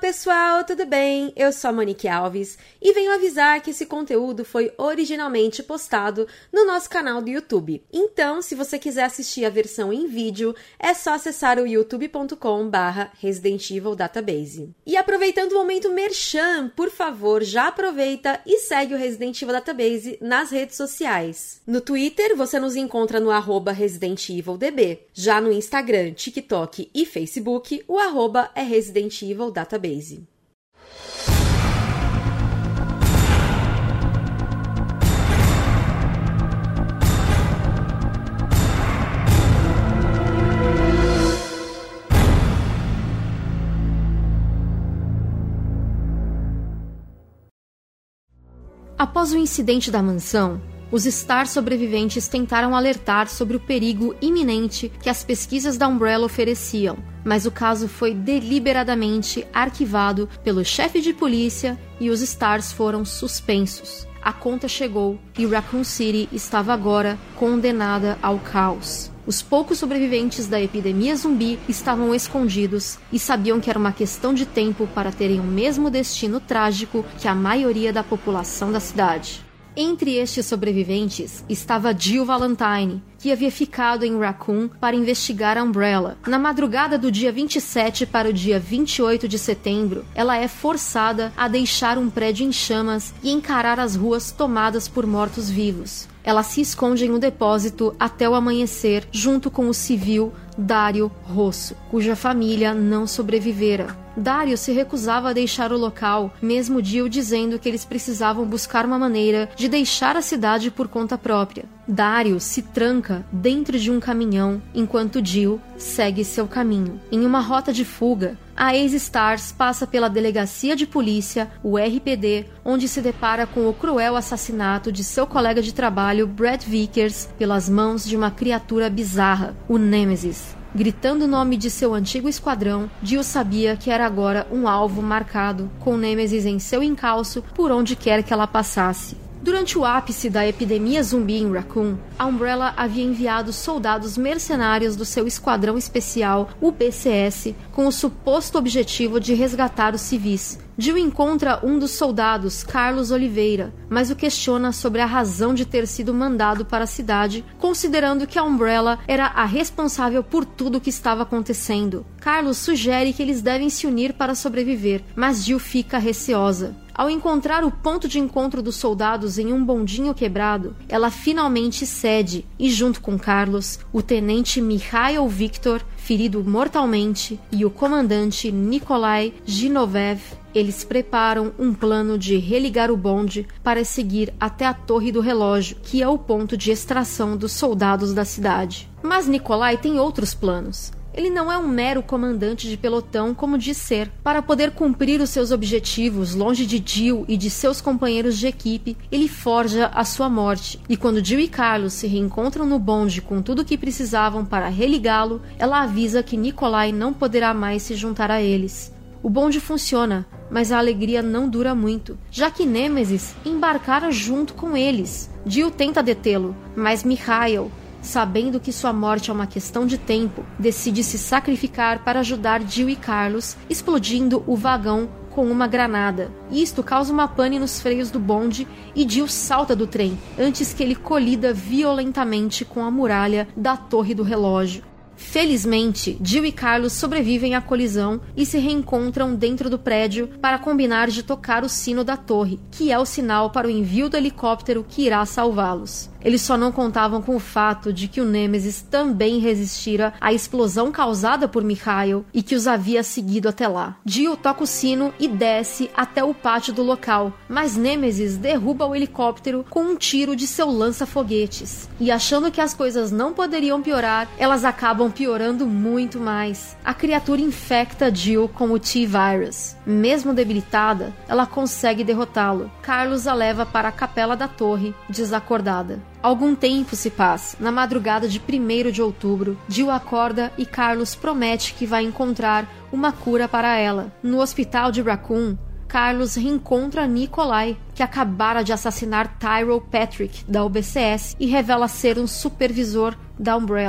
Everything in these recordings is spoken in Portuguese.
pessoal, tudo bem? Eu sou a Monique Alves e venho avisar que esse conteúdo foi originalmente postado no nosso canal do YouTube. Então, se você quiser assistir a versão em vídeo, é só acessar o youtube.com/Resident Evil Database. E aproveitando o momento merchan, por favor, já aproveita e segue o Resident Evil Database nas redes sociais. No Twitter, você nos encontra no @ResidentEvilDB. Já no Instagram, TikTok e Facebook, o @ é Resident Evil Database. Após o incidente da mansão, os STARS sobreviventes tentaram alertar sobre o perigo iminente que as pesquisas da Umbrella ofereciam, mas o caso foi deliberadamente arquivado pelo chefe de polícia e os STARS foram suspensos. A conta chegou e Raccoon City estava agora condenada ao caos. Os poucos sobreviventes da epidemia zumbi estavam escondidos e sabiam que era uma questão de tempo para terem o mesmo destino trágico que a maioria da população da cidade. Entre estes sobreviventes estava Jill Valentine, que havia ficado em Raccoon para investigar a Umbrella. Na madrugada do dia 27 para o dia 28 de setembro, ela é forçada a deixar um prédio em chamas e encarar as ruas tomadas por mortos-vivos. Ela se esconde em um depósito até o amanhecer, junto com o civil Dario Rosso, cuja família não sobrevivera. Dario se recusava a deixar o local, mesmo Jill dizendo que eles precisavam buscar uma maneira de deixar a cidade por conta própria. Dario se tranca dentro de um caminhão, enquanto Jill segue seu caminho. Em uma rota de fuga, a ex-STARS passa pela delegacia de polícia, o RPD, onde se depara com o cruel assassinato de seu colega de trabalho, Brad Vickers, pelas mãos de uma criatura bizarra, o Nemesis. Gritando o nome de seu antigo esquadrão, Jill sabia que era agora um alvo marcado, com Nemesis em seu encalço por onde quer que ela passasse. Durante o ápice da epidemia zumbi em Raccoon, a Umbrella havia enviado soldados mercenários do seu esquadrão especial, o BCS, com o suposto objetivo de resgatar os civis. Jill encontra um dos soldados, Carlos Oliveira, mas o questiona sobre a razão de ter sido mandado para a cidade, considerando que a Umbrella era a responsável por tudo o que estava acontecendo. Carlos sugere que eles devem se unir para sobreviver, mas Jill fica receosa. Ao encontrar o ponto de encontro dos soldados em um bondinho quebrado, ela finalmente cede e, junto com Carlos, o tenente Mikhail Victor, ferido mortalmente, e o comandante Nikolai Zhinovev, eles preparam um plano de religar o bonde para seguir até a Torre do Relógio, que é o ponto de extração dos soldados da cidade. Mas Nikolai tem outros planos. Ele não é um mero comandante de pelotão como diz ser. Para poder cumprir os seus objetivos longe de Jill e de seus companheiros de equipe, ele forja a sua morte. E quando Jill e Carlos se reencontram no bonde com tudo o que precisavam para religá-lo, ela avisa que Nikolai não poderá mais se juntar a eles. O bonde funciona, mas a alegria não dura muito, já que Nemesis embarcara junto com eles. Jill tenta detê-lo, mas Mikhail, sabendo que sua morte é uma questão de tempo, decide se sacrificar para ajudar Jill e Carlos, explodindo o vagão com uma granada. Isto causa uma pane nos freios do bonde e Jill salta do trem, antes que ele colida violentamente com a muralha da Torre do Relógio. Felizmente, Jill e Carlos sobrevivem à colisão e se reencontram dentro do prédio para combinar de tocar o sino da torre, que é o sinal para o envio do helicóptero que irá salvá-los. Eles só não contavam com o fato de que o Nemesis também resistira à explosão causada por Mikhail e que os havia seguido até lá. Jill toca o sino e desce até o pátio do local, mas Nemesis derruba o helicóptero com um tiro de seu lança-foguetes. E achando que as coisas não poderiam piorar, elas acabam piorando muito mais. A criatura infecta Jill com o T-Virus. Mesmo debilitada, ela consegue derrotá-lo. Carlos a leva para a capela da torre, desacordada. Algum tempo se passa. Na madrugada de 1º de outubro, Jill acorda e Carlos promete que vai encontrar uma cura para ela. No hospital de Raccoon, Carlos reencontra Nikolai, que acabara de assassinar Tyrell Patrick, da UBCS, e revela ser um supervisor da Umbrella.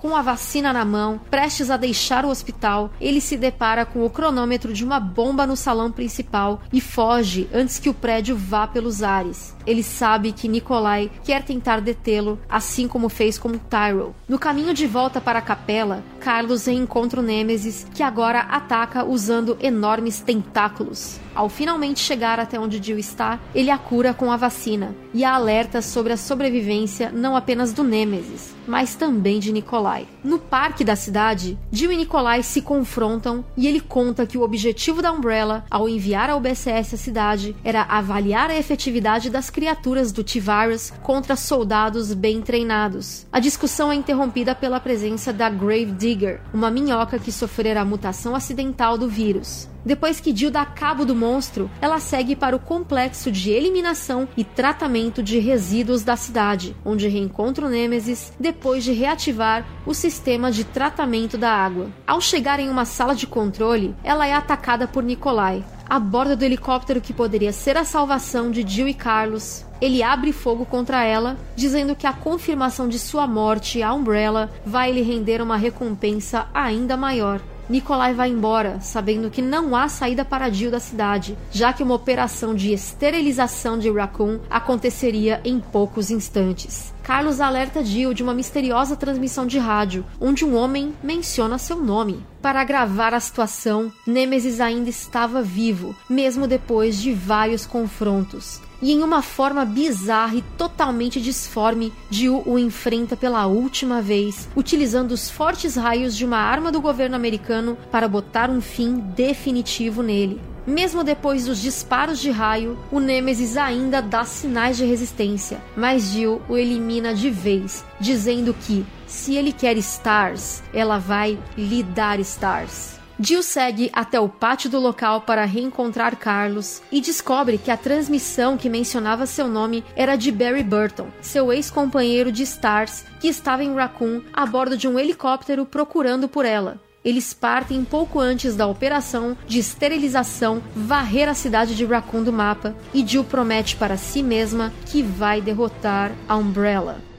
Com a vacina na mão, prestes a deixar o hospital, ele se depara com o cronômetro de uma bomba no salão principal e foge antes que o prédio vá pelos ares. Ele sabe que Nikolai quer tentar detê-lo, assim como fez com Tyrell. No caminho de volta para a capela, Carlos reencontra o Nêmesis, que agora ataca usando enormes tentáculos. Ao finalmente chegar até onde Jill está, ele a cura com a vacina e a alerta sobre a sobrevivência não apenas do Nêmesis, mas também de Nikolai. No parque da cidade, Jill e Nikolai se confrontam e ele conta que o objetivo da Umbrella, ao enviar a UBSS à cidade, era avaliar a efetividade das criaturas do T-Virus contra soldados bem treinados. A discussão é interrompida pela presença da Gravedigger, uma minhoca que sofrera a mutação acidental do vírus. Depois que Jill dá cabo do monstro, ela segue para o complexo de eliminação e tratamento de resíduos da cidade, onde reencontra o Nêmesis depois de reativar o sistema de tratamento da água. Ao chegar em uma sala de controle, ela é atacada por Nikolai. A bordo do helicóptero que poderia ser a salvação de Jill e Carlos, ele abre fogo contra ela, dizendo que a confirmação de sua morte à Umbrella vai lhe render uma recompensa ainda maior. Nikolai vai embora, sabendo que não há saída para Jill da cidade, já que uma operação de esterilização de Raccoon aconteceria em poucos instantes. Carlos alerta Jill de uma misteriosa transmissão de rádio, onde um homem menciona seu nome. Para agravar a situação, Nêmesis ainda estava vivo, mesmo depois de vários confrontos. E em uma forma bizarra e totalmente disforme, Jill o enfrenta pela última vez, utilizando os fortes raios de uma arma do governo americano para botar um fim definitivo nele. Mesmo depois dos disparos de raio, o Nêmesis ainda dá sinais de resistência, mas Jill o elimina de vez, dizendo que, se ele quer Stars, ela vai lhe dar Stars. Jill segue até o pátio do local para reencontrar Carlos e descobre que a transmissão que mencionava seu nome era de Barry Burton, seu ex-companheiro de Stars, que estava em Raccoon a bordo de um helicóptero procurando por ela. Eles partem pouco antes da operação de esterilização varrer a cidade de Raccoon do mapa e Jill promete para si mesma que vai derrotar a Umbrella.